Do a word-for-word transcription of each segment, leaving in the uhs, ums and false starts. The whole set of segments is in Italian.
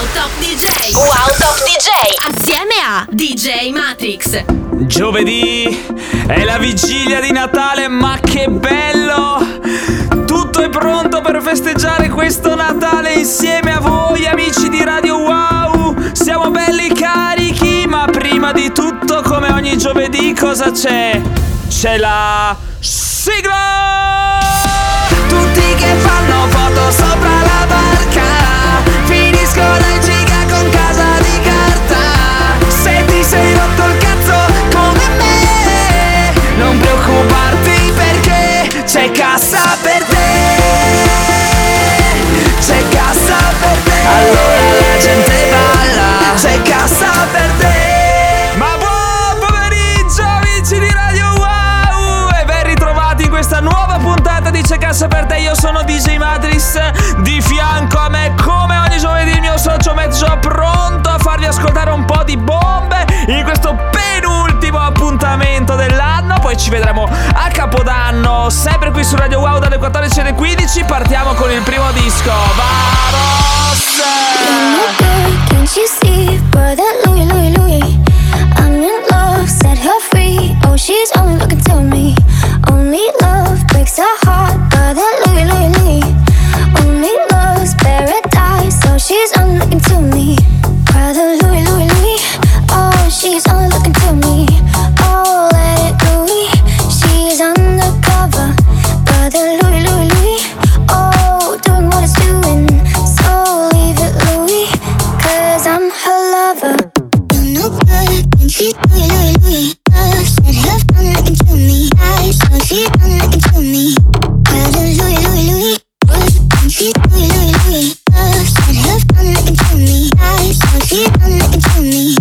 Wow Top D J. Wow Top D J. Assieme a D J Matrix. Giovedì è la vigilia di Natale, ma che bello! Tutto è pronto per festeggiare questo Natale insieme a voi, amici di Radio Wow. Siamo belli carichi, ma prima di tutto, come ogni giovedì, cosa c'è? C'è la sigla! Tutti che fanno foto sopra la barca finiscono in giga con casa di carta. Se ti sei rotto il cazzo come me, non preoccuparti perché c'è cassa per te. C'è cassa per te. Allora la gente balla, c'è cassa per te. Ma buon pomeriggio amici di Radio Wow e ben ritrovati in questa nuova puntata di C'è cassa per te. Io sono D J Matrix, di fianco a me come ogni giovedì il mio socio Mezzo, pronto a farvi ascoltare un po' di bombe in questo penultimo appuntamento dell'anno. Poi ci vedremo a Capodanno sempre qui su Radio Wow dalle quattordici alle quindici. Partiamo con il primo disco. Vamos! Can't you see, brother Louie, Louie, Louie? I'm in love, set her free. Oh, she's only looking to me. Only love breaks her heart, brother Louie, Louie, Louie. Only love's paradise, so she's only looking to me. Brother Louie, Louie, Louie. Oh, she's only looking to me. Oh, let it Louie. She's undercover, brother Louie, Louie, Louie. Oh, doing what it's doing, so leave it Louie, 'cause I'm her lover. You're no good, and she's Louie, Louie, Louie. Uh, said her phone looking to me. I saw she's only looking to me. Brother Louie, Louie, Louie. And she's Louie, Louie, Louie. Uh, said her phone looking to me. I saw she's only looking to me.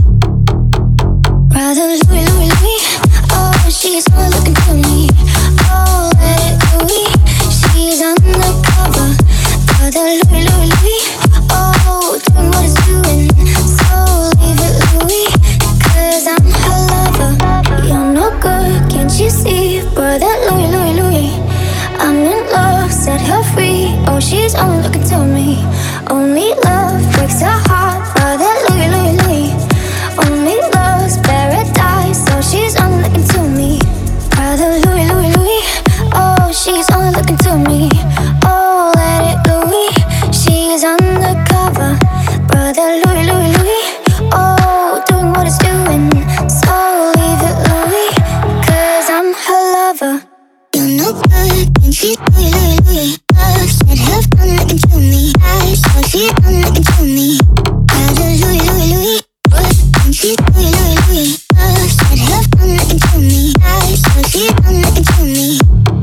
Brother Louie, Louie, Louie. Oh, she's only looking to me. Oh, let it Louie. She's undercover. Brother Louie, Louie, Louie. Oh, doing what it's doing, so leave it Louie, 'cause I'm her lover. You're no good, can't you see, brother Louie, Louie, Louie. I'm in love, set her free. Oh, she's only looking to me. Only love breaks her heart, brother Louie, Louie, Louie. Only love's paradise, so she's only looking to me. Brother Louie, Louie, Louie. Oh, she's only looking to me. Oh, let it Louie. She's undercover, brother Louie, Louie, Louie. Oh, doing what it's doing, so leave it Louie, 'cause I'm her lover. You're no good, and she's Louie, Louie, Louie. Uh, said her phone looking to me. I saw she's only looking to me. Brother Louie, Louie, Louie. And she's Louie, Louie, Louie. Uh, said her phone looking to me. I saw she's only looking to me.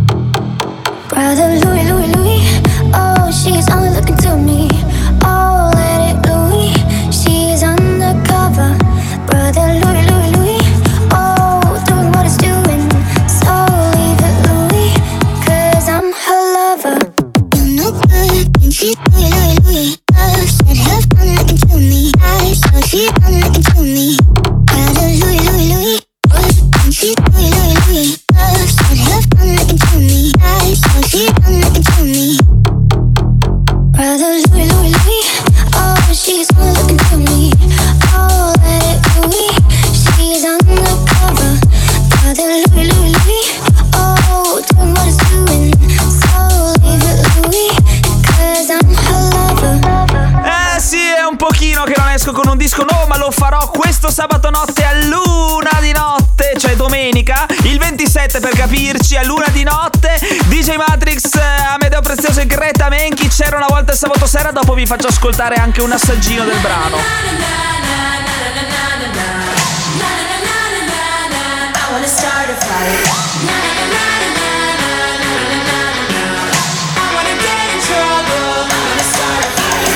Brother Louie, Louie, Louie. Oh, she's only looking to me. Oh, let it Louie. She's undercover. Brother Louie, Louie, Louie. Oh, doing what it's doing, so leave it Louie, 'cause I'm her lover. You're no good, and she's Louie, Louie, Louie. Uh, said her phone looking to me. I saw she's only looking to me. Brother Louie, Louie, Louie. And she's Louie, Louie, Louie. Uh, said her phone looking to me. I saw she's only looking to me. Brother Louie, Louie, Louie. Oh, she's only looking to me. Oh, let it Louie. She's undercover. Brother Louie, Louie, Louie. Oh, doing what it's doing, so leave it Louie, 'cause I'm her lover. Eh sì, è un pochino che non esco con un disco nuovo, ma lo farò questo sabato notte a luna di notte, cioè domenica, il ventisette per capirci, a luna di notte. D J Matrix, Amedeo Prezioso e Greta Menchi. C'era una volta il sabato sera, dopo vi faccio ascoltare anche un assaggino del brano. I wanna start a fight. I wanna get in trouble. I wanna start a fight.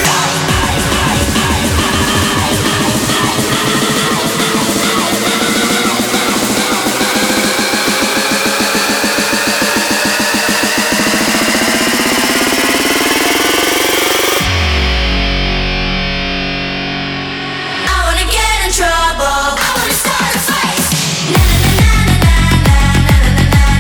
I wanna get in trouble. I wanna start a fight. Na na na na na na na na na.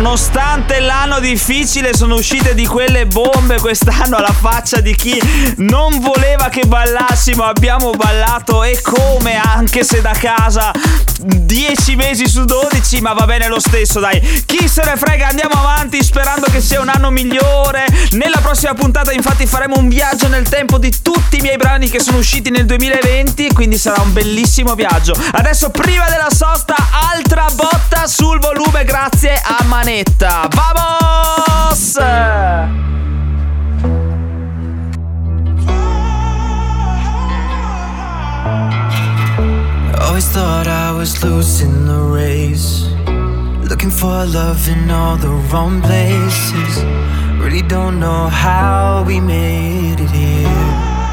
Nonostante l'anno difficile, sono uscite di quelle bombe quest'anno, alla faccia di chi non voleva che ballassimo. Abbiamo ballato e come, anche se da casa dieci mesi su dodici, ma va bene lo stesso, dai. Chi se ne frega, andiamo avanti sperando che sia un anno migliore. Nella prossima puntata infatti faremo un viaggio nel tempo di tutti i miei brani che sono usciti nel duemilaventi, quindi sarà un bellissimo viaggio. Adesso, prima della sosta, altra botta sul volume grazie a Manetta. Vamos! Always thought I was losing the race, looking for love in all the wrong places. Really don't know how we made it here.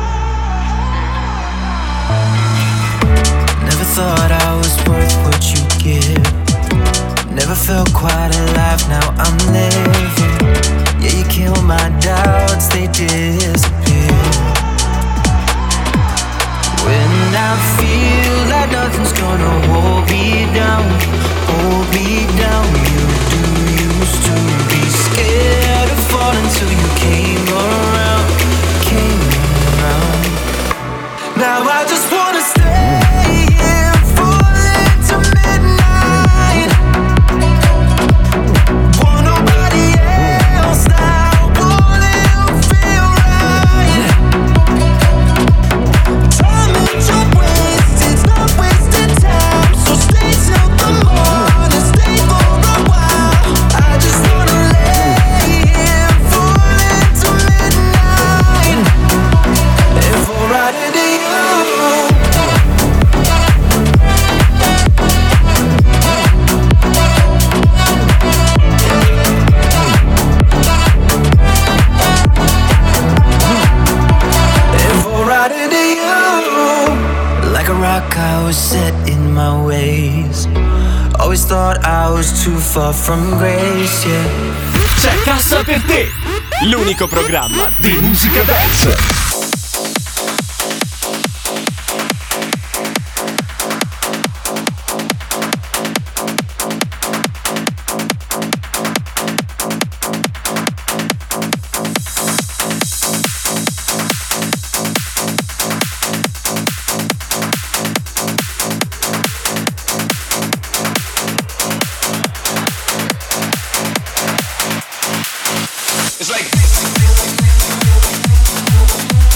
Never thought I was worth what you give. Never felt quite alive, now I'm living. Yeah, you kill my doubts, they disappear. When I feel like nothing's gonna hold me down, hold me down. You do used to be scared of falling till you came around, came around. Now I just wanna stay here, falling to midnight. Want nobody else now, won't feel right. Time ain't your waste, it's not wasted time. So stay till the morning, stay for a while. I just wanna lay here, falling to midnight, and fall right into you. And fall right into you. Like a rock, I was set in my ways. Always thought I was too far from grace, yeah. C'è Cassa per te, l'unico programma di musica dance. It's like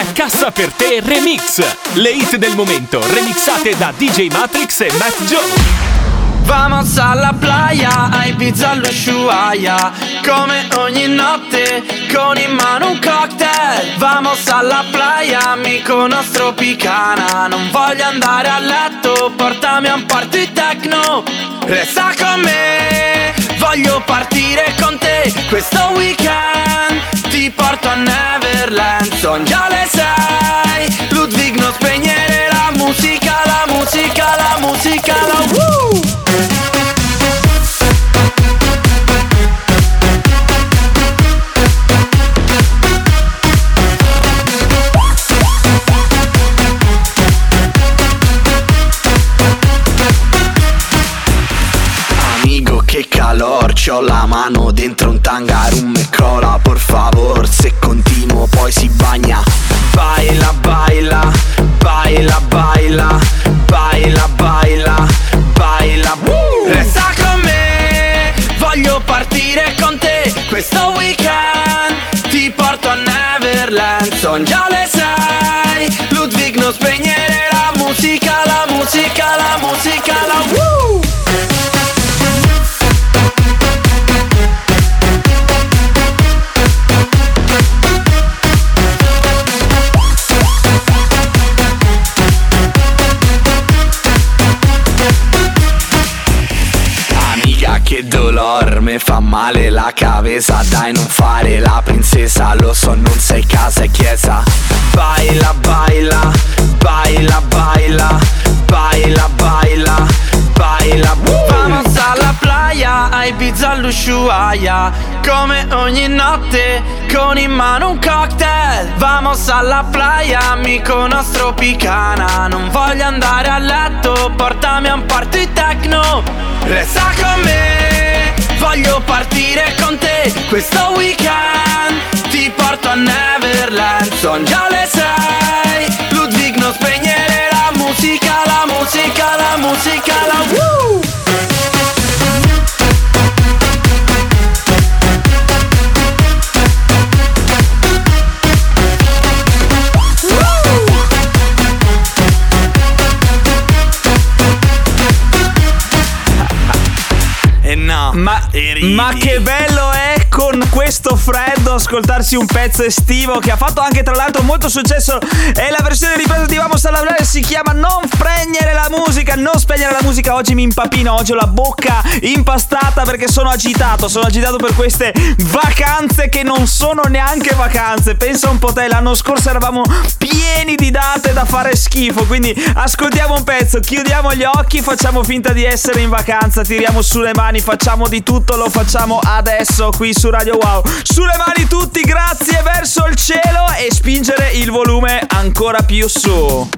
Cassa per te Remix. Le hit del momento remixate da D J Matrix e Matt Joe. Vamos alla playa, a Ibiza all'Ushuaia, come ogni notte, con in mano un cocktail. Vamos alla playa, amico nostro Picana, non voglio andare a letto, portami a un party techno. Resta con me, voglio partire con te, questo weekend ti porto a Neverland. Son già le sei, Ludwig non spegnere la musica, la musica, la musica, la woo! Che calor, c'ho la mano dentro un tangarum e cola, por favor, se continuo poi si bagna. Baila, baila, baila, baila, baila, baila, baila, uh! Resta con me, voglio partire con te, questo weekend ti porto a Neverland. Son già le sei, Ludwig non spegnere la musica, la musica, la musica, la woo! Che dolor, me fa male la cabeza. Dai, non fare la princesa, lo so, non sei casa e chiesa. Baila, baila, baila, baila, baila, baila, baila, uh! Vamos alla playa, a Ibiza all'Ushuaia, come ogni notte, con in mano un cocktail. Vamos alla playa, amico nostro Picana, non voglio andare a letto, portami a un party techno. Resta con me, voglio partire con te, questo weekend ti porto a Neverland. Son già le sei, Ludwig non spegnere la musica, la musica, la musica, la woo! No, ma, ma che bello è con questo freddo ascoltarsi un pezzo estivo che ha fatto anche tra l'altro molto successo. È la versione ripresa di Vamos a lavorare, si chiama Non spegnere la musica, non spegnere la musica. Oggi mi impapino, oggi ho la bocca impastata perché sono agitato, sono agitato per queste vacanze che non sono neanche vacanze. Pensa un po' te, l'anno scorso eravamo pieni di date da fare schifo, quindi ascoltiamo un pezzo, chiudiamo gli occhi, facciamo finta di essere in vacanza, tiriamo su le mani, facciamo di tutto, lo facciamo adesso qui su Radio Wow. Sulle mani tutti, grazie, verso il cielo e spingere il volume ancora più su.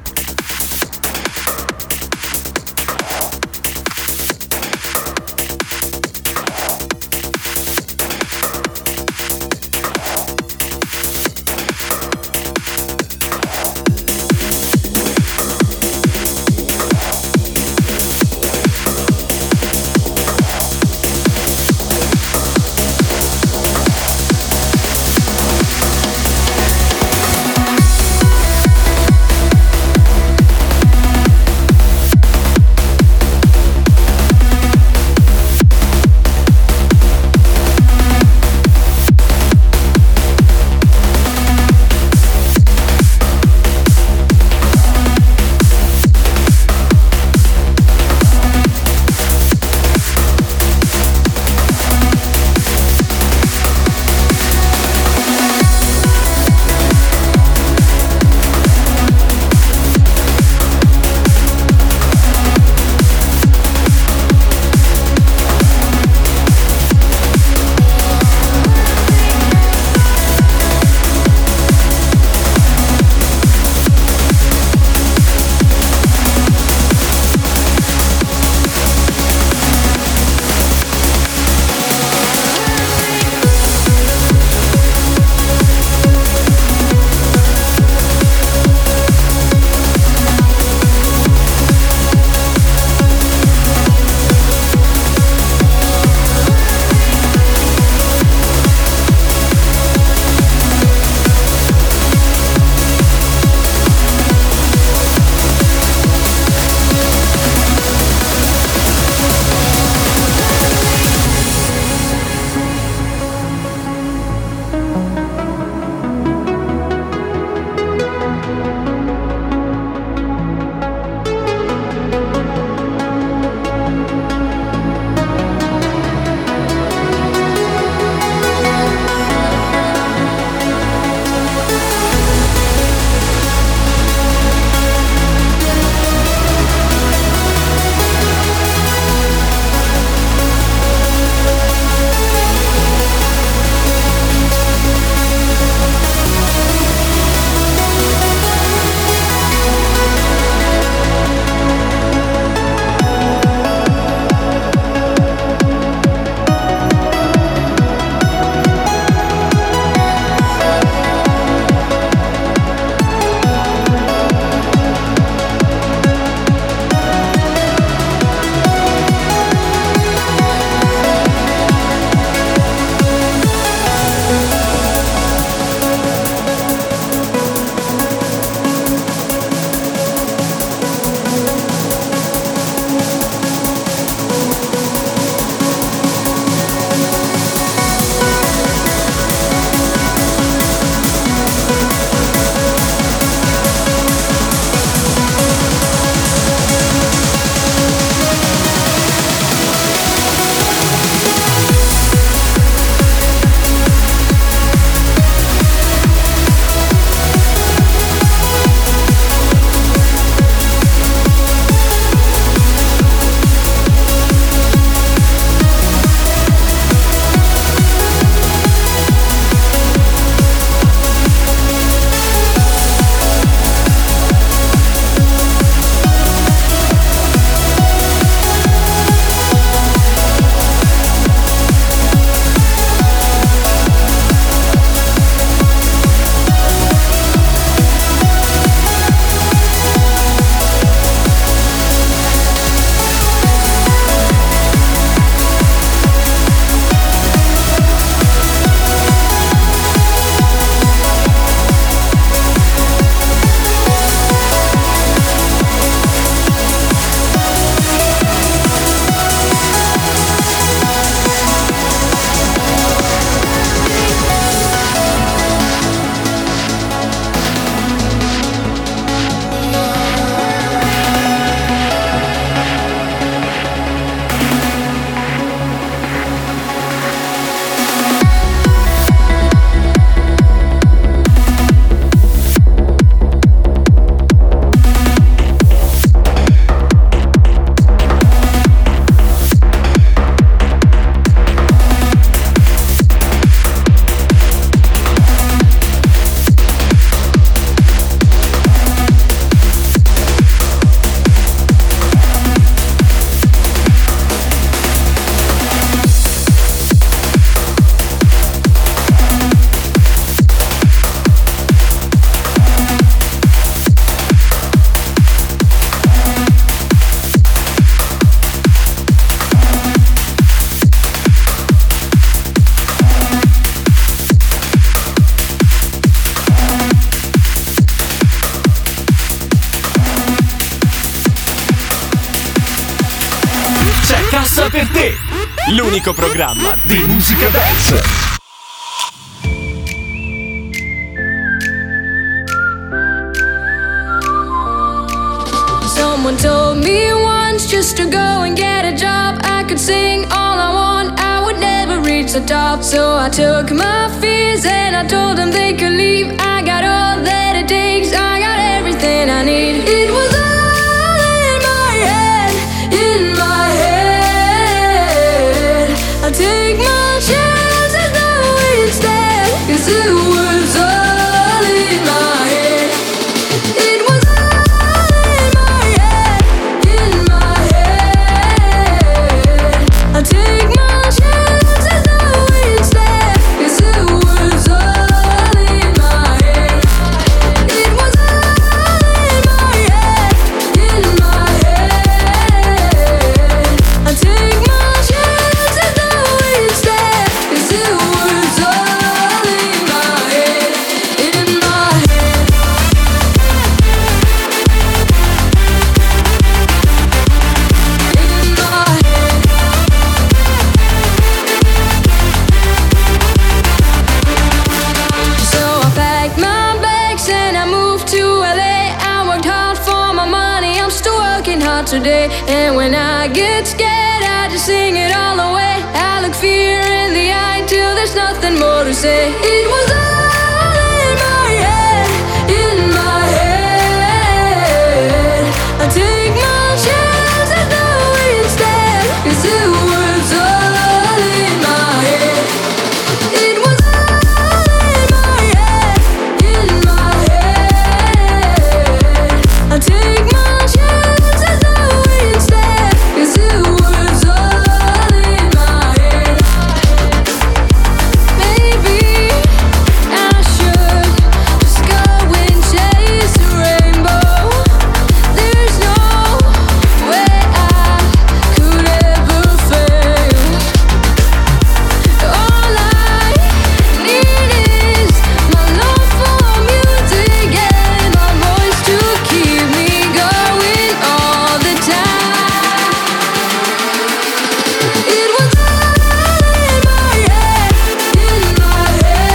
Apposta per te, l'unico programma di musica dance. Someone told me once just to go and get a job. I could sing all I want, I would never reach the top. So I took my fears and I told them they could leave. I got all that it takes, I got everything I need. It was all in my head, in my head. I take my chances now instead, 'cause it was all in my head. It was I take my chances now instead, 'cause it was all in my head. It was all in my head, in my head. I take my chances now instead, 'cause it was all in my head, in my head. In my head. So I packed my bags and I moved to L A. I worked hard for my money, I'm still working hard today. And when I get scared, I just sing it all away. I look fear in the eye till there's nothing more to say. It was all in my head, in my head. I take my chances now instead, 'cause it was all in my head. It was all in my head, in my head. I take my chances now instead, 'cause it was all in my head. Maybe I should just go and chase the rainbow. There's no way I could ever fail. All I need is my love for music and my voice to keep me going all the time. It was all in my head, in my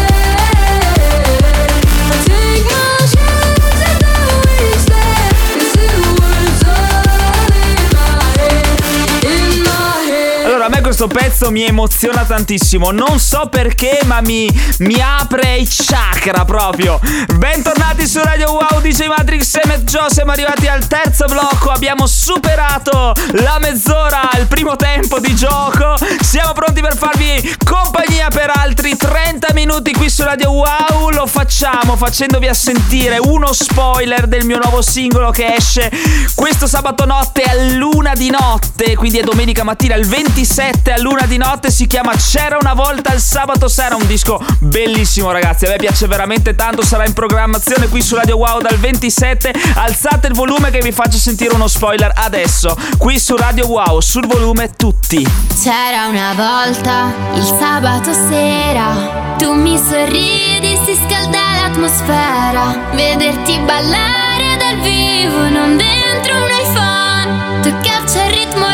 head. I take my chances now instead, 'cause it was all in my head, in my head. Allora, a me questo pezzo mi emoziona tantissimo. Non so perché, ma mi, mi apre i chakra proprio. Bentornati su Radio Wow, D J Matrix e Matt Joe. Siamo arrivati al terzo blocco. Abbiamo superato la mezz'ora, il primo tempo di gioco. Siamo pronti per farvi compagnia per altri trenta minuti qui su Radio Wow. Lo facciamo facendovi a sentire uno spoiler del mio nuovo singolo che esce questo sabato notte a luna di notte. Quindi è domenica mattina, il ventisette a luna di notte. Si chiama C'era una volta il sabato sera. Un disco bellissimo, ragazzi. A me piace veramente tanto. Sarà in programmazione qui su Radio Wow dal ventisette. Alzate il volume che vi faccio sentire uno spoiler adesso. Qui su Radio Wow, sul volume tutti. C'era una volta il sabato sera, tu mi sorridi, si scalda l'atmosfera. Vederti ballare dal vivo, non dentro un iPhone. Tu caccia il ritmo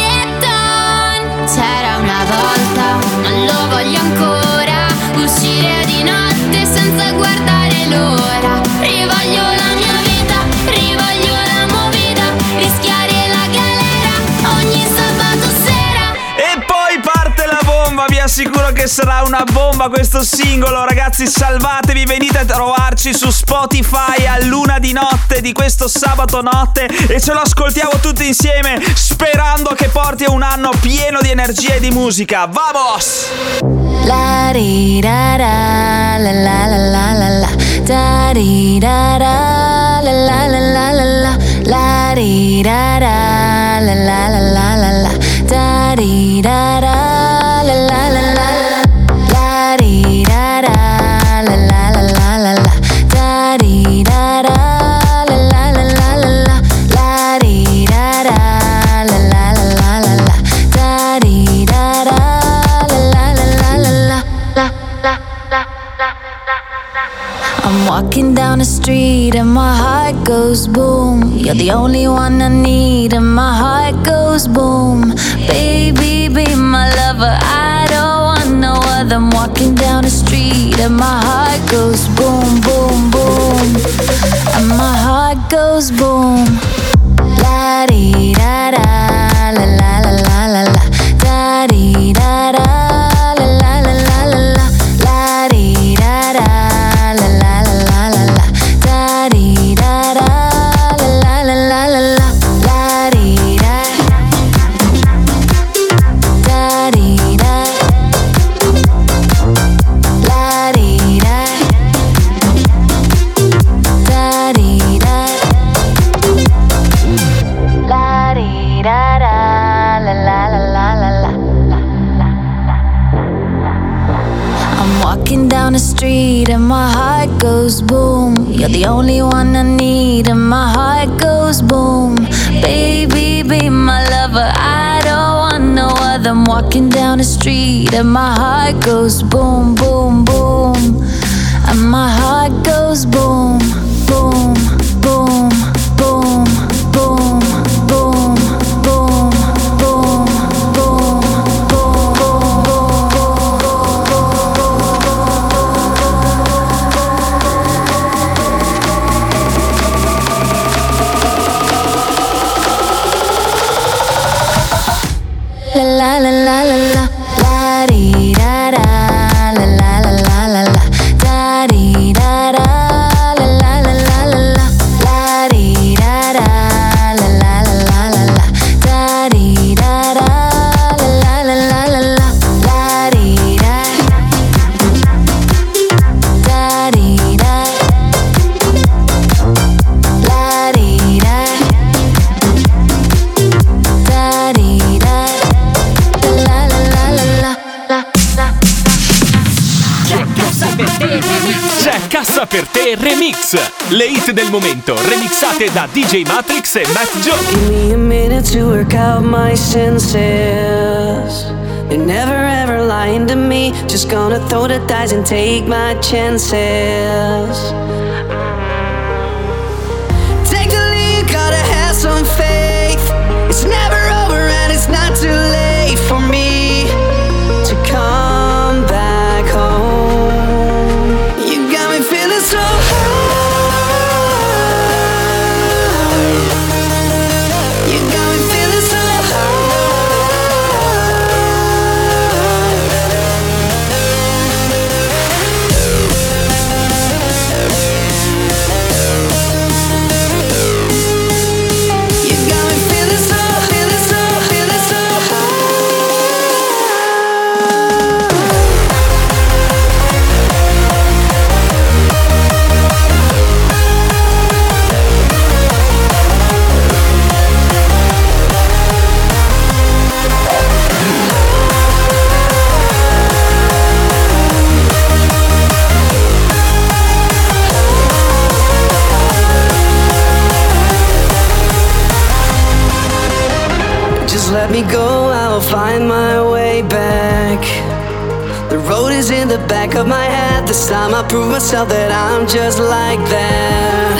reggaeton. C'era una volta, ma lo voglio ancora, uscire di notte senza guardare l'ora. Rivoglio la mia vita, rivoglio la movida, rischiare la galera ogni sabato sera. E poi parte la bomba. Vi assicuro che sarà una bomba questo singolo, ragazzi. Salvatevi, venite a trovarci su Spotify a luna di notte di questo sabato notte e ce lo ascoltiamo tutti insieme, sperando che porti un anno pieno di energia e di musica. Vamos! La ri ra ra, la la la la la la, da ri ra ra, la la la la la la, la ri ra ra, la la la la la la, da ri ra ra, la la la la la, la ri ra ra, la la la la la la, da ri ra ra, la la la la la la, la ri ra ra, la la la la la la, da ri ra ra, la la la la la la. I'm walking down the street and my heart goes boom. You're the only one I need and my heart goes boom. Baby, be my lover. I don't want no other. I'm walking down the street and my heart goes boom, boom, boom. And my heart goes boom. La di da da, la la la la la la. Da di da da, la la la la la la. La di da da, la la la la la la. Da di da da, la la la la la la. La di da, da di da, la di da, da di da, la di da da, la la la la la la. I'm walking down the street and my heart goes boom. You're the only one I need and my heart goes boom. Baby, be my lover. I don't want no other. I'm walking down the street and my heart goes boom, boom, boom. And my heart goes boom, boom, boom, boom, boom, boom, boom, boom, boom, La la la la la la, la di da da, la la la la la la, da di da da, la la la la la la, la di da da, la la la la la la, da di da da, la la la la la la, la di da, da di da, la di da, da di da. La la la la la la la. C'è Cassa per te Remix. Le hit del momento remixate da D J Matrix e Matt Joe. Give me a minute to work out my senses. They're never ever lying to me. Just gonna throw the dice and take my chances. Take the lead, gotta have some faith. It's never over and it's not too late for me to come back home. You got me feeling so high. You got me feeling so You got me feeling so, feeling so, feeling so Just let me go, I'll find my way back. The road is in the back of my head. This time I prove myself that I'm just like that.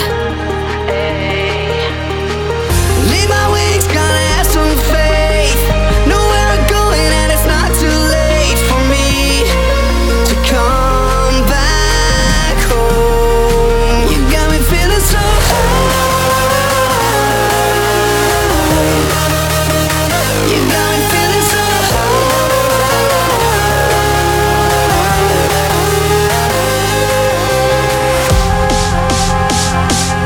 Leave my wings, gonna have some faith. Know where I'm going and it's not too late for me to come back home. You got me feeling so high. You got me feeling so high.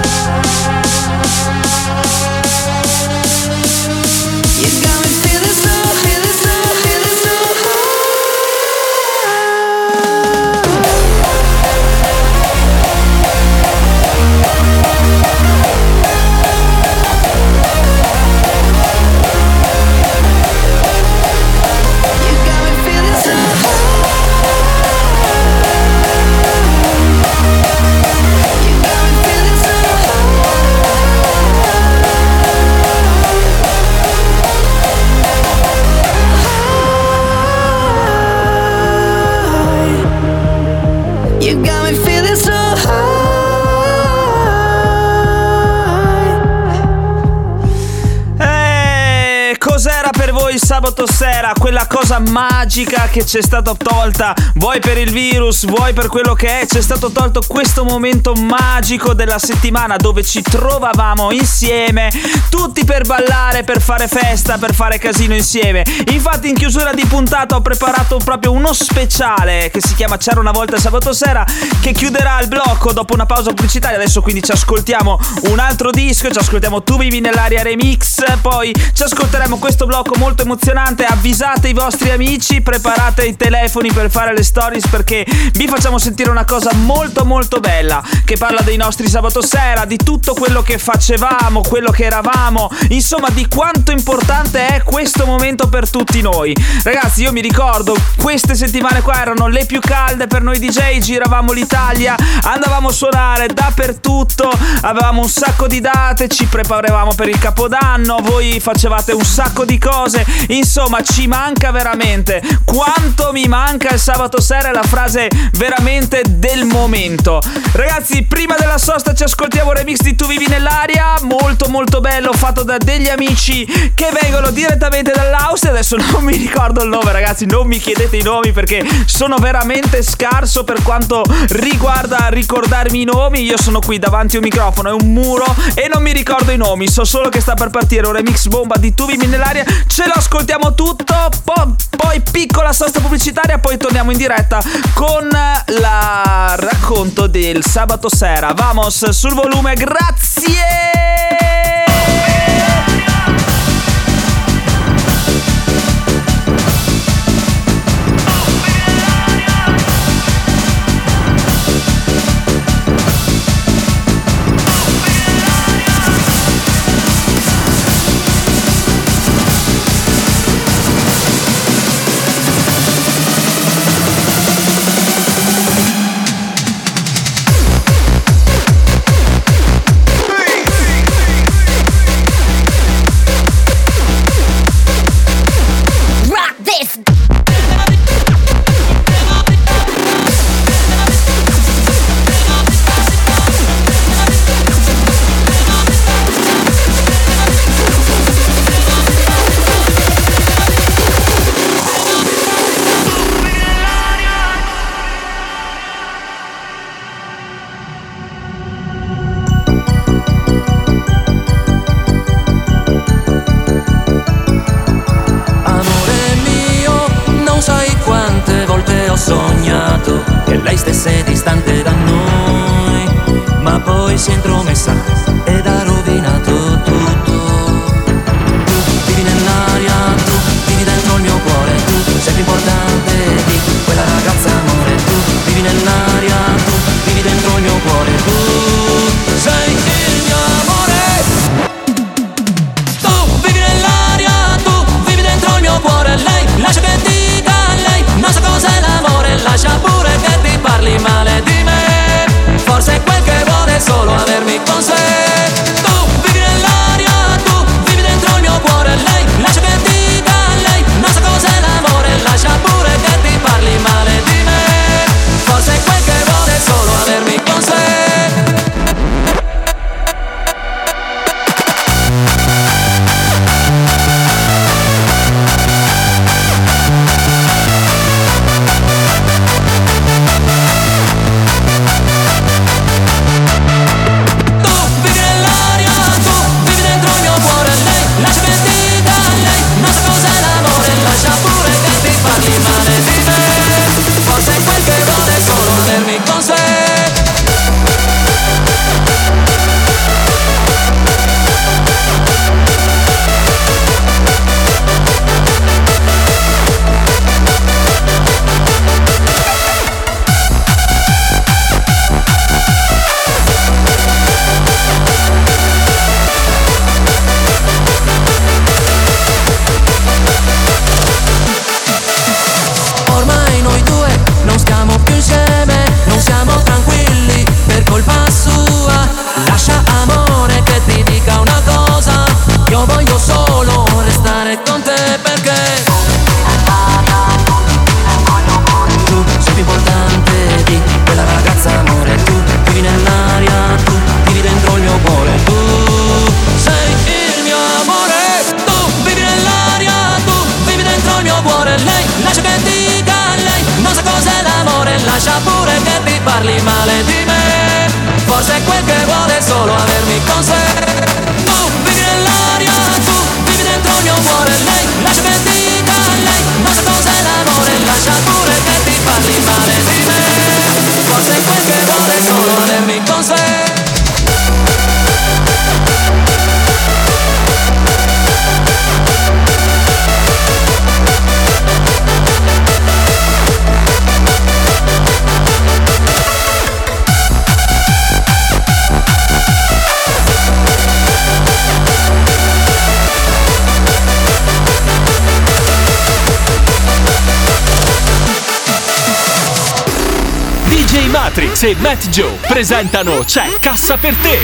sabato sera, quella cosa magica che ci è stata tolta, vuoi per il virus, vuoi per quello che è, ci è stato tolto questo momento magico della settimana dove ci trovavamo insieme, tutti per ballare, per fare festa, per fare casino insieme. Infatti in chiusura di puntata ho preparato proprio uno speciale che si chiama C'era una volta sabato sera, che chiuderà il blocco dopo una pausa pubblicitaria. Adesso quindi ci ascoltiamo un altro disco, ci ascoltiamo Tu vivi nell'aria remix, poi ci ascolteremo questo blocco molto emozionante. Avvisate i vostri amici, preparate i telefoni per fare le stories, perché vi facciamo sentire una cosa molto molto bella che parla dei nostri sabato sera, di tutto quello che facevamo, quello che eravamo, insomma di quanto importante è questo momento per tutti noi. Ragazzi, io mi ricordo queste settimane qua erano le più calde per noi D J, giravamo l'Italia, andavamo a suonare dappertutto, avevamo un sacco di date, ci preparavamo per il Capodanno, voi facevate un sacco di cose, insomma ci manca veramente. Quanto mi manca il sabato sera è la frase veramente del momento. Ragazzi, prima della sosta ci ascoltiamo un remix di Tu vivi nell'aria, molto molto bello, fatto da degli amici che vengono direttamente dall'Austria. Adesso non mi ricordo il nome, ragazzi, non mi chiedete i nomi perché sono veramente scarso per quanto riguarda ricordarmi i nomi. Io sono qui davanti a un microfono e un muro e non mi ricordo i nomi, so solo che sta per partire un remix bomba di Tu vivi nell'aria. Ce lo ascoltiamo tutto, po- poi piccola sosta pubblicitaria, poi torniamo in diretta con la racconto del sabato sera. Vamos sul volume, grazie! Sognato che lei stesse distante da noi, ma poi si è intromessa ed ha rovinato tutto. Tu vivi nell'aria, tu vivi dentro il mio cuore, tu sei più importante di quella ragazza amore. Tu vivi nell'aria, tu vivi dentro il mio cuore, tu sei il mio amore. Tu vivi nell'aria, tu vivi dentro il mio cuore. Lei lascia che dica, lei non sa cos'è l'amore, lascia pure che ti parli male di me. Forse è quel che vuole solo avermi con sé. Tu vivi nell'aria, tu vivi dentro il mio cuore. Lei lascia che dica, lei non sa cos'è l'amore, lascia pure che ti parli male di me. Forse è quel che vuole solo avermi con sé. lei, lascia che dica lei, non sa cos'è l'amore, lascia pure che ti parli male di me. Forse è quel che vuole solo avermi con sé. Tu vivi nell'aria, tu vivi dentro il mio cuore. Lei, lascia che dica lei, non sa cos'è l'amore, lascia pure che ti parli male di me. Forse è quel che vuole solo avermi con sé. D J Matrix e Matt Joe presentano C'è Cassa per te.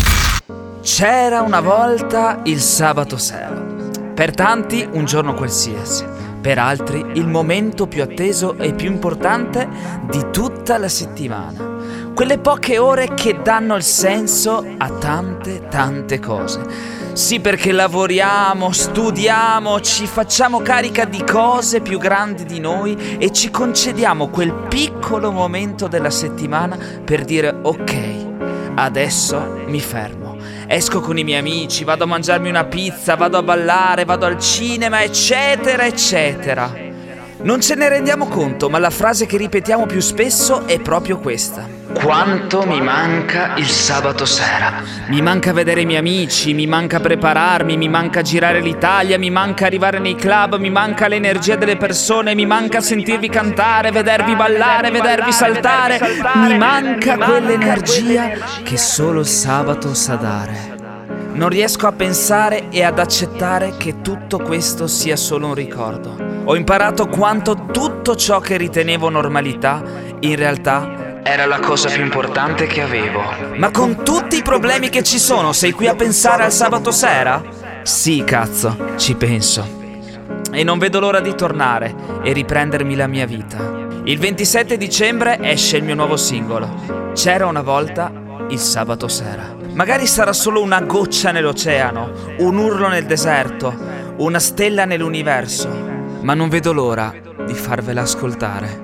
C'era una volta il sabato sera. Per tanti un giorno qualsiasi, per altri il momento più atteso e più importante di tutta la settimana. Quelle poche ore che danno il senso a tante tante cose. Sì, perché lavoriamo, studiamo, ci facciamo carica di cose più grandi di noi e ci concediamo quel piccolo momento della settimana per dire ok, adesso mi fermo, esco con i miei amici, vado a mangiarmi una pizza, vado a ballare, vado al cinema, eccetera, eccetera. Non ce ne rendiamo conto, ma la frase che ripetiamo più spesso è proprio questa. Quanto mi manca il sabato sera. Mi manca vedere i miei amici, mi manca prepararmi, mi manca girare l'Italia, mi manca arrivare nei club, mi manca l'energia delle persone, mi manca sentirvi cantare, vedervi ballare, vedervi saltare. Mi manca quell'energia che solo il sabato sa dare. Non riesco a pensare e ad accettare che tutto questo sia solo un ricordo. Ho imparato quanto tutto ciò che ritenevo normalità in realtà era la cosa più importante che avevo. Ma con tutti i problemi che ci sono, sei qui a pensare al sabato sera? Sì, cazzo, ci penso. E non vedo l'ora di tornare e riprendermi la mia vita. Il ventisette dicembre esce il mio nuovo singolo. C'era una volta il sabato sera. Magari sarà solo una goccia nell'oceano, un urlo nel deserto, una stella nell'universo, ma non vedo l'ora di farvela ascoltare.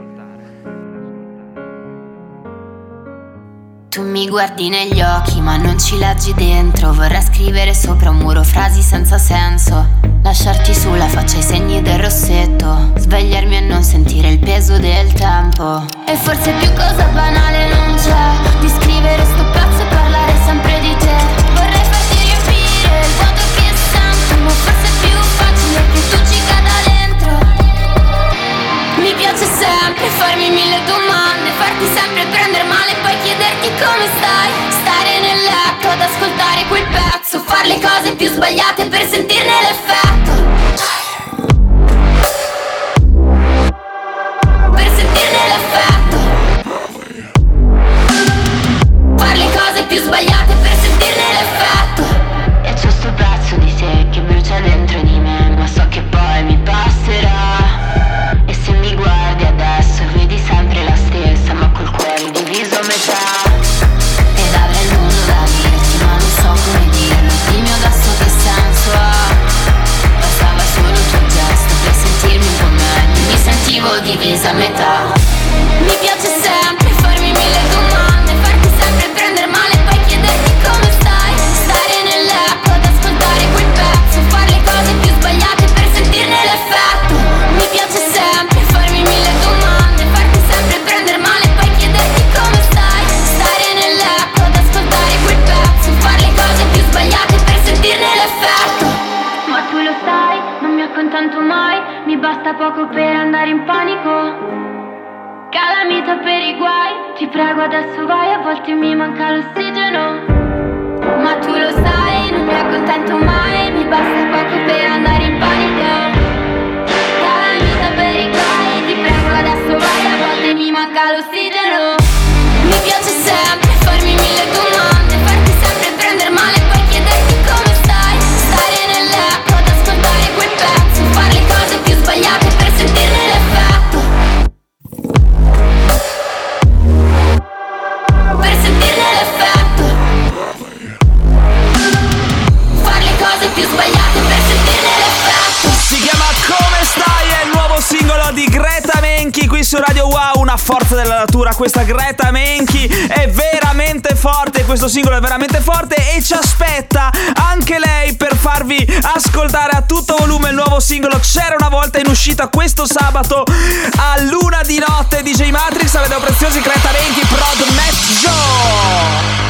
Tu mi guardi negli occhi ma non ci leggi dentro. Vorrei scrivere sopra un muro frasi senza senso, lasciarti sulla faccia i segni del rossetto, svegliarmi e non sentire il peso del tempo. E forse più cosa banale non c'è di scrivere sto pezzo e parlare sempre di te. Vorrei farti riempire il vuoto che sento, ma forse è più facile che tu ci cada dentro. Mi piace sempre farmi mille domande, farti sempre prendere male e poi chiederti come stai. Stare nel letto ad ascoltare quel pezzo, fare le cose più sbagliate per sentirne l'effetto. Per sentirne l'effetto. Fare le cose più sbagliate per sentirne l'effetto. E c'ho sto pezzo di te che brucia dentro di me, ma so che poi mi passerà. E se mi guardi adesso vedi sempre la stessa, ma col cuore diviso a metà. Ed avrei il mondo da dirti ma non so come dirlo. Dimmi adesso che senso ha. Bastava solo il tuo gesto per sentirmi un po' meglio. Mi sentivo divisa a metà. Mi piace sempre farmi mille domande, farti sempre prendere male e poi chiederti come stai. Stare nel letto ad ascoltare quel pezzo, fare le cose più sbagliate per sentirne l'effetto. Mi piace sempre farmi mille domande, farti sempre prendere male e poi chiederti come stai. Stare nel letto ad ascoltare quel pezzo, fare le cose più sbagliate per sentirne l'effetto. Ma tu lo sai, non mi accontento mai, mi basta poco per andare in panico. Calamita per i guai, ti prego adesso vai, a volte mi manca l'ossigeno. Ma tu lo sai, non mi accontento mai, mi basta poco per andare in panico. Calamita per i guai, ti prego adesso vai, a volte mi manca l'ossigeno. Mi piace sempre farmi mille domande, farti sempre prendere male e poi chiederti come stai. Stare nel letto ad ascoltare quel pezzo, fare le cose più sbagliate per sentirne l'effetto. Per sentirne l'effetto. Fare le cose più sbagliate per sentirne l'effetto. su Radio Wow, una forza della natura. Questa Greta Menchi è veramente forte, questo singolo è veramente forte e ci aspetta anche lei per farvi ascoltare a tutto volume il nuovo singolo C'era una volta, in uscita questo sabato a luna di notte. D J Matrix, avete preziosi Greta Menchi, Prod Met Joe.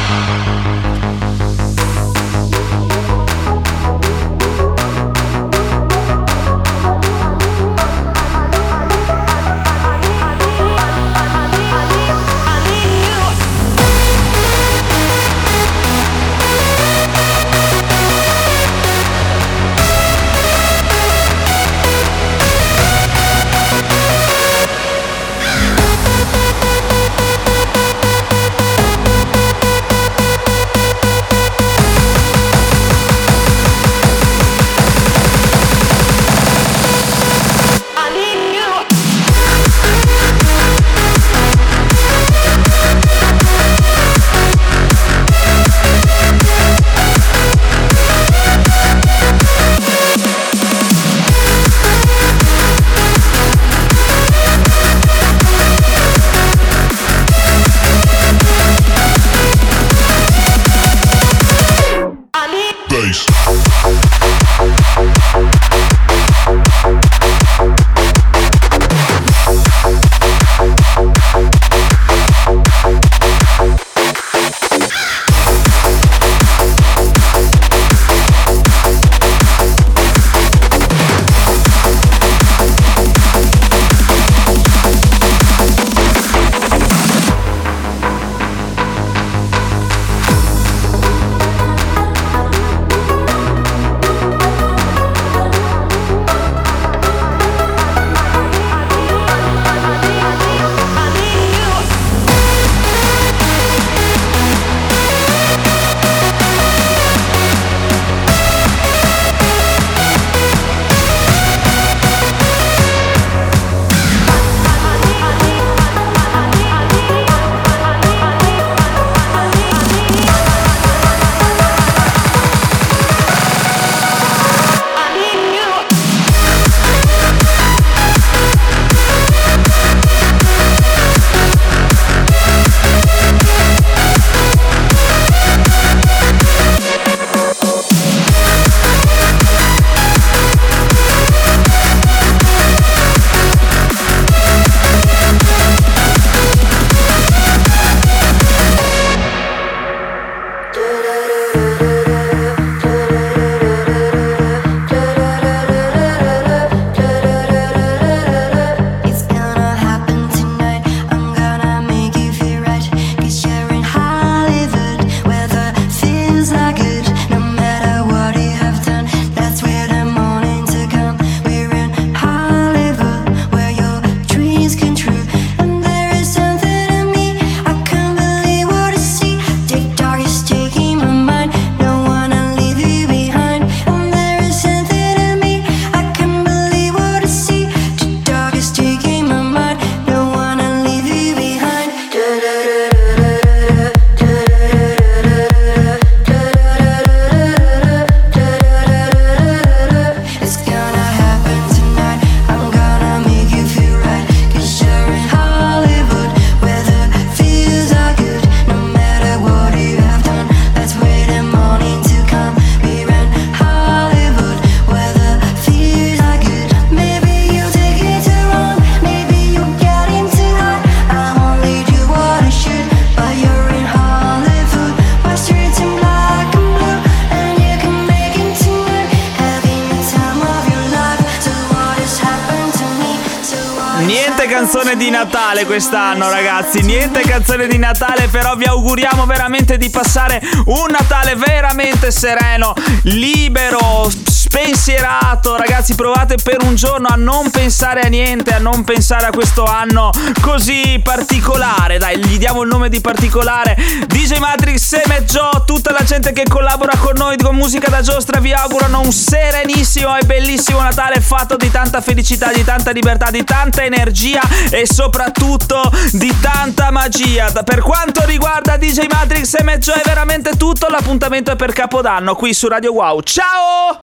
Niente canzone di Natale quest'anno, ragazzi, niente canzone di Natale, però vi auguriamo veramente di passare un Natale veramente sereno, libero, spensierato. Ragazzi, provate per un giorno a non pensare a niente, a non pensare a questo anno così particolare. Dai, gli diamo il nome di particolare. D J Matrix e Met Joe, tutta la gente che collabora con noi con Musica da Giostra vi augurano un serenissimo e bellissimo Natale fatto di tanta felicità, di tanta libertà, di tanta energia e soprattutto di tanta magia. Per quanto riguarda D J Matrix e Met Joe è veramente tutto. L'appuntamento è per Capodanno qui su Radio Wow. Ciao!